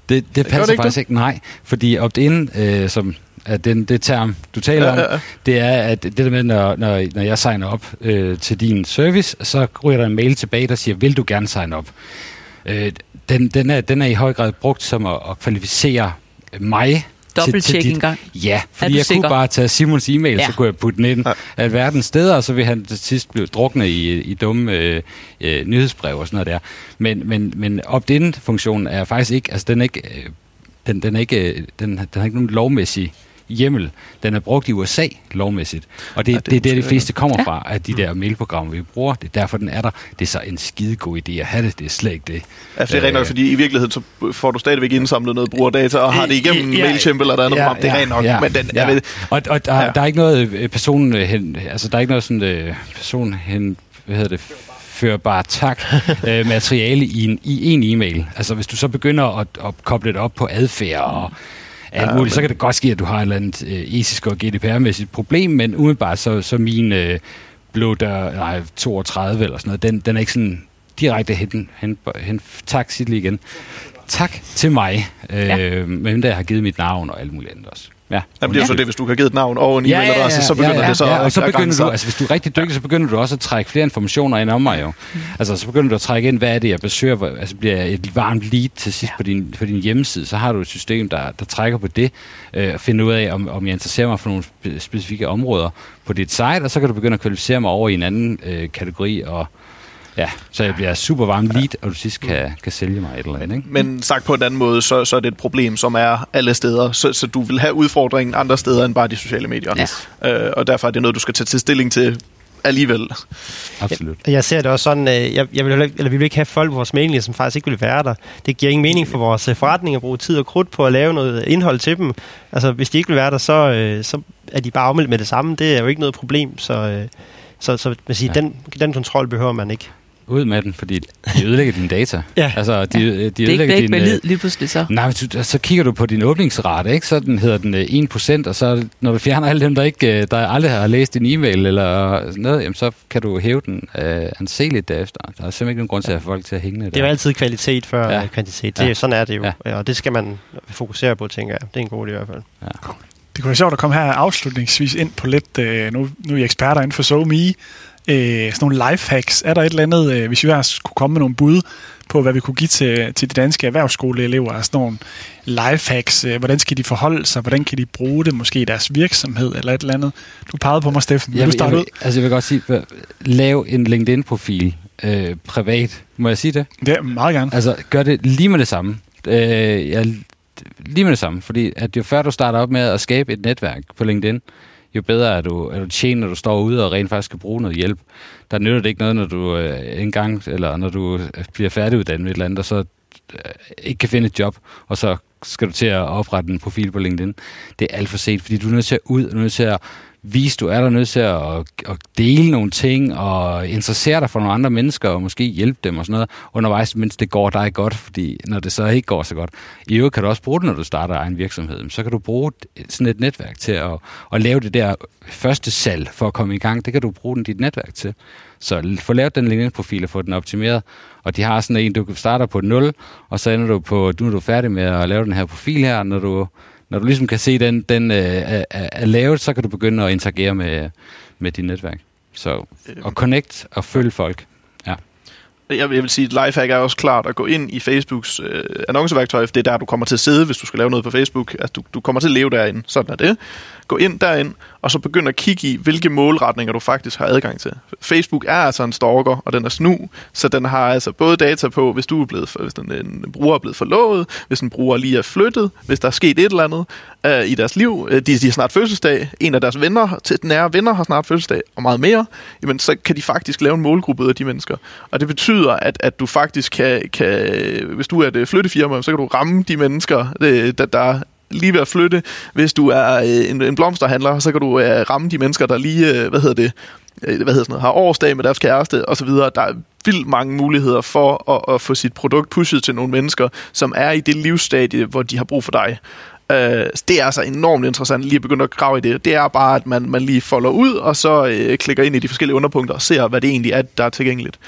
Det, det passer det faktisk det? ikke, nej. Fordi opt-in, øh, som er den, det term, du taler ja, ja, ja. om, det er, at det der med, når, når, når jeg signer op øh, til din service, så ryger der en mail tilbage, der siger, vil du gerne signe op? Øh, den, den, er, den er i høj grad brugt som at, at kvalificere mig. Dobbelttjek en gang. Ja, fordi jeg sikker? kunne bare tage Simons e-mail, ja. så kunne jeg putte den ind ja. af verdens steder, og så vil han til sidst blive druknet i, i dumme øh, øh, nyhedsbrev og sådan noget der. Men, men, men opt-in-funktionen er faktisk ikke, altså den er ikke, øh, den, den er ikke, den, den har ikke nogen lovmæssig hjemmel. Den er brugt i U S A lovmæssigt. Og det, ja, det, det er der, de fleste kommer ja. fra, at de der mailprogrammer, vi bruger. Det er derfor, den er der. Det er så en skidegod idé at have det. Det er slet ikke det. Ja, det er rent nok, fordi i virkeligheden så får du stadigvæk indsamlet noget brugerdata, og har det igennem ja, MailChimp eller der andet program. Det er rent nok. Ja, men den, ja. ved, og og der, ja. der er ikke noget person hen, altså der er ikke noget sådan person hen, hvad hedder det, førbar tak øh, materiale i en, i en e-mail. Altså hvis du så begynder at, at koble det op på adfærd og alt muligt, ja, så kan det godt ske, at du har et eller andet øh, etisk og G D P R-mæssigt problem, men umiddelbart så, så min øh, blå dør, nej, toogtredive eller sådan noget, den, den er ikke sådan direkte hen, hen, hen tak, sig lige igen. Tak til mig, øh, ja. men der jeg har givet mit navn og alt muligt andet også. Ja. Jamen, det er jo så det, hvis du har givet et navn og en ja, e-mailadresse, ja, ja, ja. så begynder ja, ja, det så ja, at og så begynder sig. du, altså hvis du er rigtig dygtig, så begynder du også at trække flere informationer ind om mig jo. Mm. Altså så begynder du at trække ind, hvad er det, jeg besøger, altså bliver et varmt lead til sidst ja. på, din, på din hjemmeside, så har du et system, der, der trækker på det, øh, og finder ud af, om, om jeg interesserer mig for nogle spe- specifikke områder på dit site, og så kan du begynde at kvalificere mig over i en anden øh, kategori, og ja, så jeg bliver super varm lead, og du sidst kan, kan sælge mig et eller andet, ikke? Men sagt på en anden måde, så, så er det et problem, som er alle steder. Så, så du vil have udfordringen andre steder end bare de sociale medier. Ja. Øh, og derfor er det noget, du skal tage til stilling til alligevel. Absolut. Jeg, jeg ser det også sådan, jeg, jeg vil, eller vi vil ikke have folk på vores mailing, som faktisk ikke vil være der. Det giver ingen mening for vores forretning at bruge tid og krudt på at lave noget indhold til dem. Altså, hvis de ikke vil være der, så, så er de bare afmeldt med det samme. Det er jo ikke noget problem, så, så, så man siger, ja. den, den kontrol behøver man ikke. Ud med den, fordi de ødelægger dine data. Ja. Altså, de, ja. de det er ikke, det er ikke valid lige pludselig så. Nej, du, så kigger du på din åbningsrate, ikke? Så den hedder den en procent, og så når du fjerner alle dem, der ikke der aldrig har læst din e-mail eller noget, jamen, så kan du hæve den uh, anseligt derefter. Der er simpelthen ikke nogen grund til at have folk til at hænge det. Det er jo altid kvalitet før ja. kvantitet. Det, ja. Sådan er det jo, ja. og det skal man fokusere på, tænker jeg. Det er en god idé i hvert fald. Ja. Det kunne være sjovt at komme her afslutningsvis ind på lidt, øh, nu, nu er I eksperter inden for SoMe, Øh, sådan nogle lifehacks. Er der et eller andet, øh, hvis vi også kunne komme med nogle bud på, hvad vi kunne give til, til de danske erhvervsskoleelever? Altså sådan nogle lifehacks. Øh, hvordan skal de forholde sig? Hvordan kan de bruge det måske i deres virksomhed eller et eller andet? Du pegede på mig, Steffen. Vil jeg, du starte jeg, ud? Altså jeg vil godt sige, lav en LinkedIn-profil øh, privat. Må jeg sige det? Det er meget gerne. Altså gør det lige med det samme. Øh, jeg, lige med det samme. Fordi at jo før du starter op med at skabe et netværk på LinkedIn, jo bedre er du, er du tjener, når du står ude og rent faktisk skal bruge noget hjælp. Der nytter det ikke noget, når du øh, engang, eller når du bliver færdiguddannet med et eller andet, og så øh, ikke kan finde et job, og så skal du til at oprette en profil på LinkedIn. Det er alt for sent, fordi du er nødt til at ud, du er nødt til at vise, du er der nødt til at, at dele nogle ting, og interessere dig for nogle andre mennesker, og måske hjælpe dem og sådan noget, undervejs, mens det går dig godt, fordi når det så ikke går så godt. I øvrigt kan du også bruge det, når du starter egen virksomhed. Så kan du bruge sådan et netværk til at, at lave det der første salg for at komme i gang. Det kan du bruge den, dit netværk til. Så få lavet den LinkedIn-profil og få den optimeret. Og de har sådan en, du starter på nul, og så ender du på, nu er du færdig med at lave den her profil her, når du Når du ligesom kan se, den, den øh, er, er lavet, så kan du begynde at interagere med, med dit netværk. Så, og connect og følge folk. Ja. Jeg vil sige, at lifehack er også klart at gå ind i Facebooks øh, annonceværktøj. Det er der, du kommer til at sidde, hvis du skal lave noget på Facebook. Altså, du, du kommer til at leve derinde. Sådan er det. Gå ind derind, og så begynd at kigge i, hvilke målretninger du faktisk har adgang til. Facebook er altså en stalker, og den er snu, så den har altså både data på, hvis du er blevet, hvis den, en bruger er blevet forlovet, hvis en bruger lige er flyttet, hvis der er sket et eller andet øh, i deres liv, de, de har snart fødselsdag, en af deres venner, til nære venner har snart fødselsdag, og meget mere, jamen, så kan de faktisk lave en målgruppe af de mennesker. Og det betyder, at, at du faktisk kan, kan, hvis du er et flyttefirma, så kan du ramme de mennesker, der, der lige ved at flytte. Hvis du er en, en blomsterhandler, så kan du uh, ramme de mennesker, der lige, uh, hvad hedder det, uh, hvad hedder sådan noget, har årsdag med deres kæreste, og så videre. Der er vildt mange muligheder for at, at få sit produkt pushet til nogle mennesker, som er i det livsstadie, hvor de har brug for dig. Uh, det er altså enormt interessant lige at begynde at grave i det. Det er bare, at man, man lige folder ud, og så uh, klikker ind i de forskellige underpunkter og ser, hvad det egentlig er, der er tilgængeligt.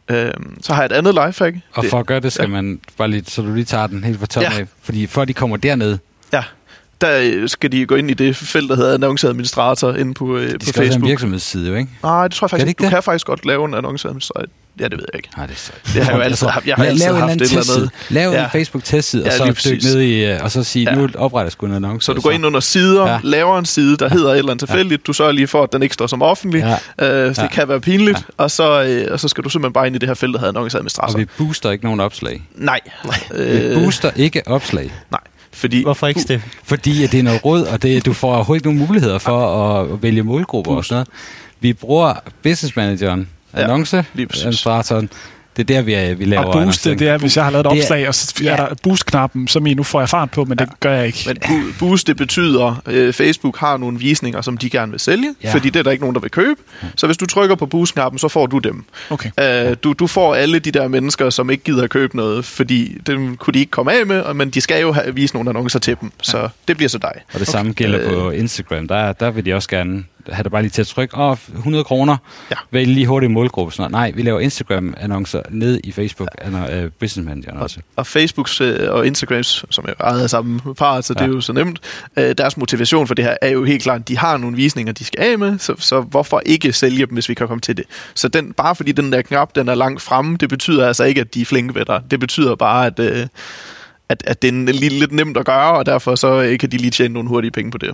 Øh, så har jeg et andet lifehack. Og for at gøre det, skal ja. man bare lige, så du lige tager den helt fra toppen ja. af. Fordi før de kommer derned, ja. der skal de gå ind i det felt, der hedder annonceadministrator inde på, øh, på Facebook. De skal også have en virksomhedsside, jo, ikke? Nej, det tror jeg faktisk kan ikke. Du kan faktisk godt lave en annonceadministrator. Ja, det ved jeg ikke. Nej, det er så. Det har jeg jo altid haft. Jeg har altid lav haft et eller andet. Lav ja. en Facebook-testside, ja, og så dyk ned i, og så sige, ja. nu opretter jeg sgu en annonce. Så du går ind under sider, ja. laver en side, der hedder et eller andet tilfældigt. Du sørger lige for, at den ikke står som offentlig. Ja. Øh, så det ja. kan være pinligt. Ja. Og, så, øh, og så skal du simpelthen bare ind i det her felt, der hedder annonceadministrator. Og vi booster ikke nogen opslag. Nej. Vi booster ikke opslag. Nej. Fordi, Hvorfor ikke, Steffen? Fordi at det er noget råd, og det, du får overhovedet ikke nogen muligheder for at vælge målgrupper og sådan noget. Vi bruger business manageren, annonce, ja, administratoren. Det er der, vi, vi laver. Og boost, det, det er, hvis jeg har lavet et opslag, er, og så er der boost-knappen, som I nu får jeg fart på, men ja. det gør jeg ikke. Men boost, det betyder, at Facebook har nogle visninger, som de gerne vil sælge, ja. fordi det er der ikke nogen, der vil købe. Så hvis du trykker på boost-knappen, så får du dem. Okay. Uh, du, du får alle de der mennesker, som ikke gider at købe noget, fordi dem kunne de ikke komme af med, men de skal jo have, vise nogle annoncer til dem. Så ja. det bliver så dig. Og det okay. samme gælder uh, på Instagram. Der, der vil de også gerne have det bare lige til at trykke, åh, oh, hundrede kroner, ja. vælg lige hurtigt målgruppe. Sådan, nej, vi laver Instagram-annoncer ned i Facebook, ja. uh, Business Manager også. Og Facebooks uh, og Instagrams, som er ejet af samme par, så ja. det er jo så nemt, uh, deres motivation for det her er jo helt klart, de har nogle visninger, de skal af med, så, så hvorfor ikke sælge dem, hvis vi kan komme til det? Så den, bare fordi den der knap, den er langt fremme, det betyder altså ikke, at de er flinke ved dig. Det betyder bare, at, uh, at, at det er lidt, lidt nemt at gøre, og derfor så kan de lige tjene nogle hurtige penge på det.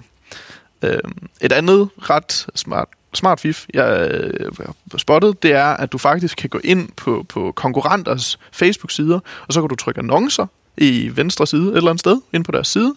Et andet ret smart, smart fif, jeg har spottet, det er, at du faktisk kan gå ind på, på konkurrenters Facebook-sider, og så kan du trykke annoncer i venstre side, et eller andet sted, ind på deres side.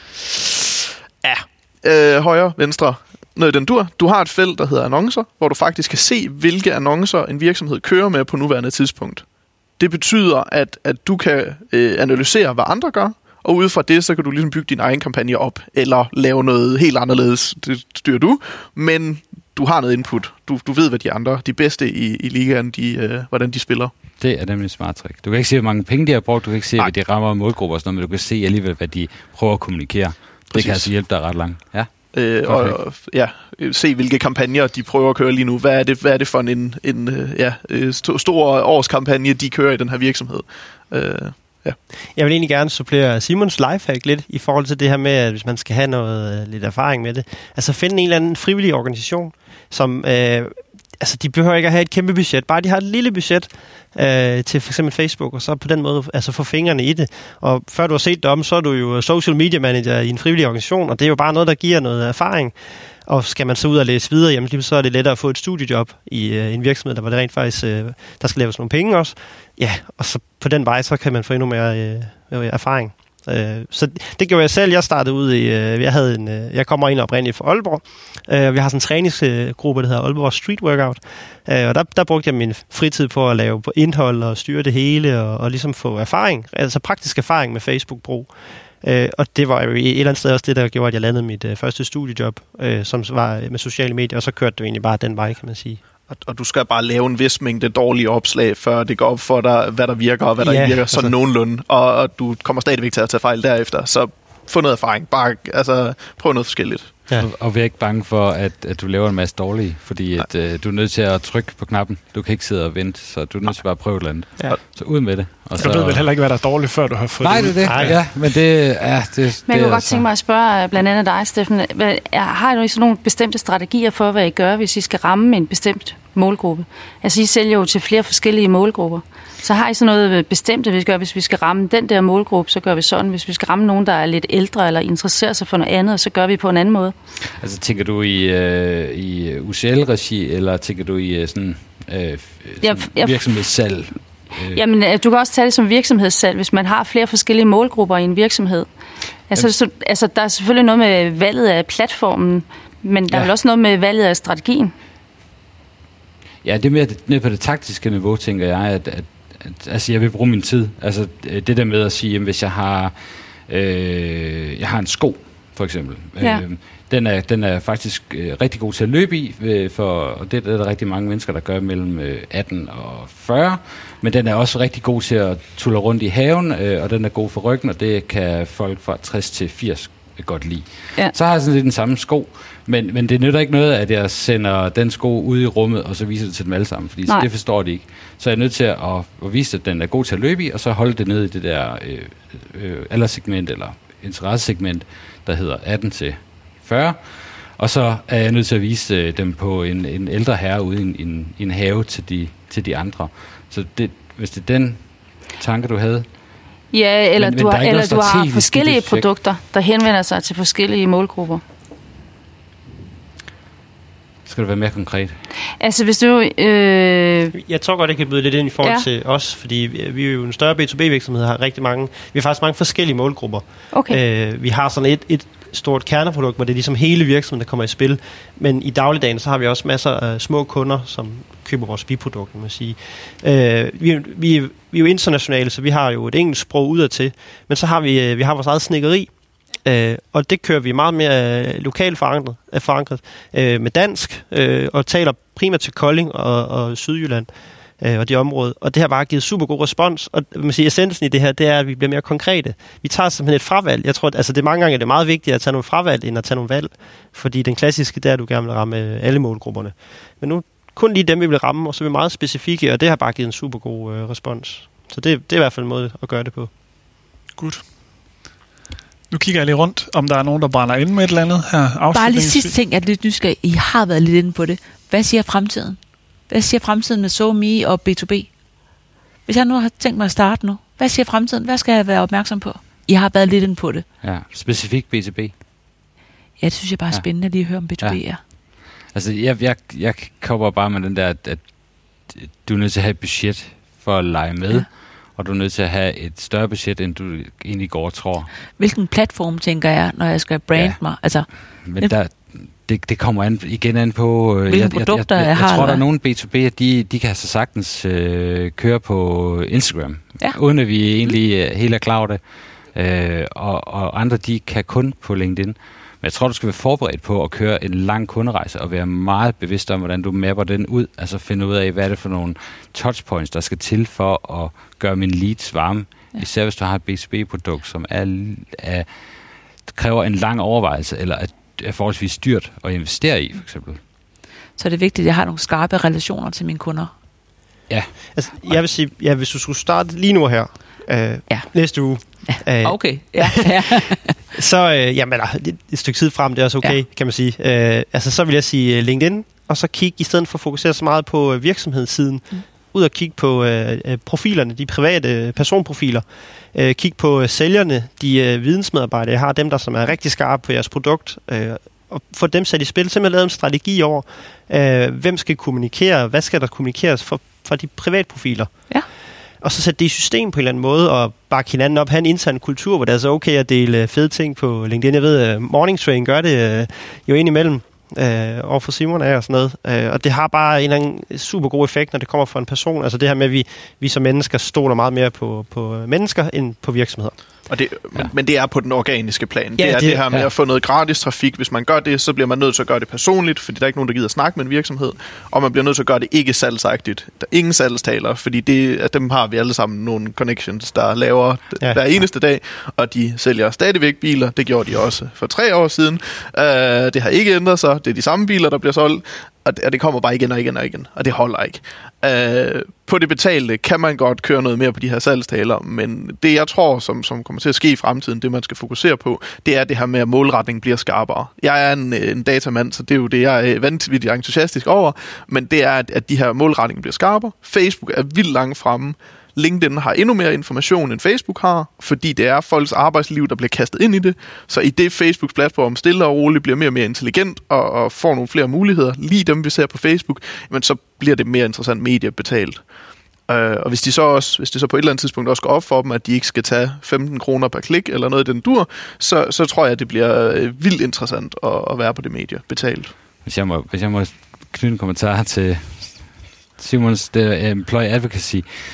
Ja, øh, højre, venstre, noget i den dur. Du har et felt, der hedder annoncer, hvor du faktisk kan se, hvilke annoncer en virksomhed kører med på nuværende tidspunkt. Det betyder, at, at du kan øh, analysere, hvad andre gør, og ud fra det, så kan du ligesom bygge din egen kampagne op, eller lave noget helt anderledes, det styrer du, men du har noget input. Du, du ved, hvad de andre, de bedste i, i ligaen, de, øh, hvordan de spiller. Det er nemlig et smart trick. Du kan ikke se, hvor mange penge de har brugt, du kan ikke se, Nej. hvad de rammer målgrupper og sådan noget, men du kan se alligevel, hvad de prøver at kommunikere. Præcis. Det kan altså hjælpe dig ret langt. Ja. Øh, og ja, se hvilke kampagner de prøver at køre lige nu. Hvad er det, hvad er det for en, en ja, stor årskampagne, de kører i den her virksomhed? Øh, Ja. Jeg vil egentlig gerne supplere Simons lifehack lidt i forhold til det her med, at hvis man skal have noget lidt erfaring med det. Altså finde en eller anden frivillig organisation, som øh, altså de behøver ikke at have et kæmpe budget, bare de har et lille budget øh, til for eksempel Facebook, og så på den måde altså få fingrene i det. Og før du har set det om, så er du jo social media manager i en frivillig organisation, og det er jo bare noget, der giver noget erfaring. Og skal man så ud og læse videre, jamen så er det lettere at få et studiejob i øh, en virksomhed, der var det rent faktisk, øh, der skal laves nogle penge også. Ja, og så på den vej, så kan man få endnu mere øh, erfaring. Øh, så det gjorde jeg selv. Jeg startede ud i, øh, jeg havde en, øh, jeg kommer ind oprindeligt fra Aalborg. Øh, vi har sådan en træningsgruppe, der hedder Aalborg Street Workout. Øh, og der, der brugte jeg min fritid på at lave på indhold og styre det hele, og, og ligesom få erfaring, altså praktisk erfaring med Facebook-brug. Uh, og det var jo et eller andet sted også det, der gjorde, at jeg landede mit uh, første studiejob, uh, som var med sociale medier, og så kørte det egentlig bare den vej, kan man sige. Og, og du skal bare lave en vis mængde dårlige opslag, før det går op for dig, hvad der virker og hvad der ja, ikke virker, sådan altså nogenlunde. Og, og du kommer stadigvæk til at tage fejl derefter, så få noget erfaring. Bare altså, prøv noget forskelligt. Ja. Og, og vi er ikke bange for, at, at du laver en masse dårlige, fordi at, øh, du er nødt til at trykke på knappen. Du kan ikke sidde og vente, så du er nødt til bare at prøve et eller andet. Ja. Så ud med det. Og du så ved vel heller ikke, hvad der er dårligt, før du har fået Nej, det ud. Nej, det er det. Ja, men det ja, det, Men det jeg kunne godt altså tænke mig at spørge blandt andet dig, Steffen. Har I sådan nogle bestemte strategier for, hvad I gør, hvis I skal ramme en bestemt målgruppe? Altså, I sælger jo til flere forskellige målgrupper. Så har I sådan noget bestemte, vi gør, hvis vi skal ramme den der målgruppe, så gør vi sådan. Hvis vi skal ramme nogen, der er lidt ældre eller interesserer sig for noget andet, så gør vi på en anden måde. Altså, tænker du i, øh, i U C L-regi, eller tænker du i sådan, øh, sådan ja, ja, virksomhedssalg? Øh. Jamen, du kan også tage det som virksomhedssalg, hvis man har flere forskellige målgrupper i en virksomhed. Altså, så, altså der er selvfølgelig noget med valget af platformen, men der ja. er vel også noget med valget af strategien. Ja, det er mere, mere på det taktiske niveau, tænker jeg, at, at, at altså, jeg vil bruge min tid. Altså det der med at sige, at hvis jeg har, øh, jeg har en sko, for eksempel, ja. øh, den, er, den er faktisk øh, rigtig god til at løbe i, øh, for, og det er der rigtig mange mennesker, der gør mellem øh, atten og fyrre, men den er også rigtig god til at tulle rundt i haven, øh, og den er god for ryggen, og det kan folk fra tres til firs godt lide. Ja. Så har jeg sådan lidt den samme sko, Men, men det nytter ikke noget, at jeg sender den sko ud i rummet, og så viser det til dem alle sammen, fordi det forstår de ikke. Så er jeg nødt til at, at vise, at den er god til at løbe i, og så holde det nede i det der øh, øh, alderssegment, eller interessesegment, der hedder atten til fyrre. Og så er jeg nødt til at vise øh, dem på en, en ældre herre ude i en, en, en have til de, til de andre. Så det, hvis det er den tanke, du havde... Ja, eller men, du men har, eller du har forskellige det, produkter, der henvender sig til forskellige målgrupper. Skal det være mere konkret? Altså, hvis du... Øh... Jeg tror godt, det kan byde lidt ind i forhold ja. til os, fordi vi er jo en større B to B-virksomhed, har rigtig mange... Vi har faktisk mange forskellige målgrupper. Okay. Øh, vi har sådan et, et stort kerneprodukt, hvor det er ligesom hele virksomheden, der kommer i spil. Men i dagligdagen, så har vi også masser af små kunder, som køber vores biprodukter, må man sige. Øh, vi, vi, vi er jo internationale, så vi har jo et engelsk sprog udadtil. Men så har vi, vi har vores eget snikkeri, øh, og det kører vi meget mere lokalt forankret, forankret øh, med dansk, øh, og taler primært til Kolding og, og Sydjylland. Og det område. Og det har bare givet super god respons. Og man siger, essensen i det her, det er, at vi bliver mere konkrete. Vi tager simpelthen et fravalg. Jeg tror, at altså, det er mange gange det er meget vigtigt at tage nogle fravalg, end at tage nogle valg. Fordi den klassiske, det er, at du gerne vil ramme alle målgrupperne. Men nu kun lige dem, vi vil ramme, og så er vi meget specifikke, og det har bare givet en super god øh, respons. Så det, det er i hvert fald en måde at gøre det på. Godt. Nu kigger jeg lige rundt, om der er nogen, der brænder ind med et eller andet her. Bare lige sidste ting, jeg er lidt nysgerrig. I har været lidt inde på det. Hvad siger fremtiden? Hvad siger fremtiden med SoMe og B to B? Hvis jeg nu har tænkt mig at starte nu, hvad siger fremtiden? Hvad skal jeg være opmærksom på? I har været lidt inde på det. Ja, specifikt B to B. Ja, det synes jeg bare er spændende at lige høre om B to B. Ja. Ja. Altså, jeg, jeg, jeg kommer bare med den der, at, at du er nødt til at have et budget for at lege med, ja. Og du er nødt til at have et større budget, end du egentlig går og tror. Hvilken platform, tænker jeg, når jeg skal brande ja. mig? Altså, men der... Det, det kommer an, igen an på... Hvilke jeg, produkter jeg, jeg, jeg, jeg jeg har, tror, der er nogle B to B, de, de kan så sagtens øh, køre på Instagram, ja. Uden at vi egentlig øh, helt er klar over det. Øh, og, og andre, de kan kun på LinkedIn. Men jeg tror, du skal være forberedt på at køre en lang kunderejse, og være meget bevidst om, hvordan du mapper den ud. Altså finde ud af, hvad er det for nogle touchpoints, der skal til for at gøre min leads varme. Ja. Især hvis du har et B to B-produkt, som er, er, kræver en lang overvejelse, eller at er forholdsvis dyrt at investere i, for eksempel. Så er det vigtigt, at jeg har nogle skarpe relationer til mine kunder. Ja. Altså, jeg vil sige, ja, hvis du skulle starte lige nu her, øh, ja. næste uge. Ja. Øh, okay, ja. så, øh, jamen, et, et stykke tid frem, det er også okay, ja. Kan man sige. Øh, altså, så vil jeg sige LinkedIn, og så kigge, i stedet for at fokusere så meget på virksomhedssiden, mm. ud og kigge på øh, profilerne, de private personprofiler. Øh, kig på øh, sælgerne, de øh, vidensmedarbejdere, jeg har dem, der som er rigtig skarpe på jeres produkt, øh, og få dem sat i spil. Simpelthen lave en strategi over, øh, hvem skal kommunikere, hvad skal der kommunikeres for, for de private profiler. Ja. Og så sætte det i system på en eller anden måde, og bakke hinanden op, have en intern kultur, hvor det er så okay at dele fede ting på LinkedIn. Jeg ved, uh, Morning Train gør det uh, jo indimellem. Øh, over for Simon af og sådan noget. Øh, og det har bare en eller anden super god effekt, når det kommer fra en person. Altså det her med, at vi, vi som mennesker stoler meget mere på, på mennesker end på virksomheder. Og det, men, ja. men det er på den organiske plan. Ja, det er det, det her med ja. at få noget gratis trafik. Hvis man gør det, så bliver man nødt til at gøre det personligt, fordi der er ikke nogen, der gider at snakke med en virksomhed. Og man bliver nødt til at gøre det ikke salgsagtigt. Der er ingen salgstaler, fordi det, at dem har vi alle sammen nogle connections, der laver ja. hver eneste dag, og de sælger stadigvæk biler. Det gjorde de også for tre år siden. Uh, det har ikke ændret sig. Det er de samme biler, der bliver solgt. Og det kommer bare igen og igen og igen, og det holder ikke. Uh, på det betalte kan man godt køre noget mere på de her salgstaler, men det jeg tror, som, som kommer til at ske i fremtiden, det man skal fokusere på, det er det her med, at målretningen bliver skarpere. Jeg er en, en datamand, så det er jo det, jeg er vanvittigt entusiastisk over, men det er, at, at de her målretninger bliver skarpere. Facebook er vildt langt fremme. LinkedIn har endnu mere information, end Facebook har, fordi det er folks arbejdsliv, der bliver kastet ind i det. Så i det Facebooks platform stille og roligt bliver mere og mere intelligent og, og får nogle flere muligheder, lige dem vi ser på Facebook, men så bliver det mere interessant medie betalt. Uh, og hvis de så også, hvis det så på et eller andet tidspunkt også går op for dem, at de ikke skal tage femten kroner per klik eller noget i den dur, så, så tror jeg, at det bliver uh, vildt interessant at, at være på det medie betalt. Hvis jeg må, hvis jeg må knytte en kommentar til Simons the Employee Advocacy.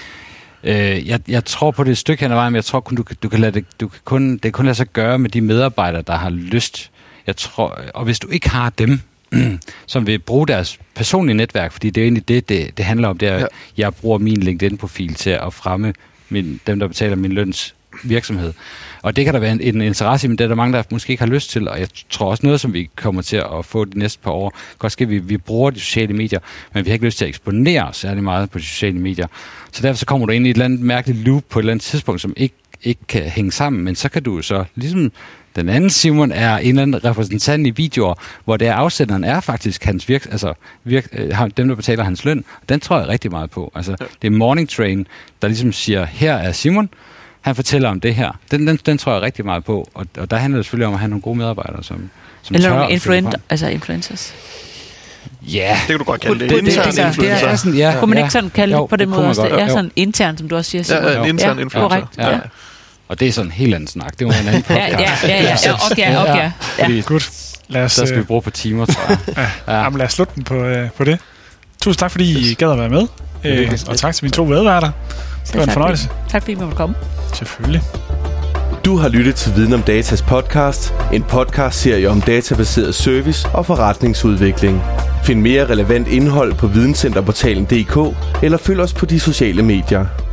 Øh, jeg, jeg tror på det et stykke hen ad vejen, men jeg tror kun, du, du kan lade det, du kan kun, det kan kun lade sig gøre med de medarbejdere, der har lyst. Jeg tror, og hvis du ikke har dem, som vil bruge deres personlige netværk, fordi det er jo egentlig det, det, det handler om, det er, ja. Jeg bruger min LinkedIn-profil til at fremme min, dem, der betaler min løns virksomhed. Og det kan der være en, en interesse i, men det er der mange, der måske ikke har lyst til, og jeg tror også noget, som vi kommer til at få de næste par år. Godt ske, vi, vi bruger de sociale medier, men vi har ikke lyst til at eksponere os særlig meget på de sociale medier. Så derfor så kommer du ind i et eller andet mærkeligt loop på et eller andet tidspunkt, som ikke, ikke kan hænge sammen, men så kan du så, ligesom den anden Simon er en eller anden repræsentant i videoer, hvor det er afsenderen er faktisk hans virk, altså virk, øh, dem, der betaler hans løn. Den tror jeg rigtig meget på. Altså, ja. Det er Morning Train, der ligesom siger, her er Simon, han fortæller om det her. Den, den, den tror jeg rigtig meget på, og, og der handler det selvfølgelig om at have nogle gode medarbejdere, som, som eller nogle influenter, altså influencers. Ja, yeah. Det kan du godt kalde det. det, intern det, det, det er sådan, ja. Kunne man ja. ikke sådan kalde jo, det på den det måde også? Det er jo. sådan intern, som du også siger. Simon. Ja, en intern ja, influencer. Korrekt. Ja. Ja. Og det er sådan en helt anden snak. Det var en anden podcast. ja, ja, ja, ja, ja, okay, okay. Ja. Fordi Godt. Lad os, der skal vi bruge på timer, tror jeg. ja, ja. Jamen, lad os slutte den på, øh, på det. Tusind tak, fordi I gad at være med. Øh, og tak til mine to medværter. Det var en fornøjelse. Tak fordi I måtte komme. Selvfølgelig. Du har lyttet til Viden om Datas podcast, en podcast-serie om databaseret service og forretningsudvikling. Find mere relevant indhold på videncenterportalen punktum d k eller følg os på de sociale medier.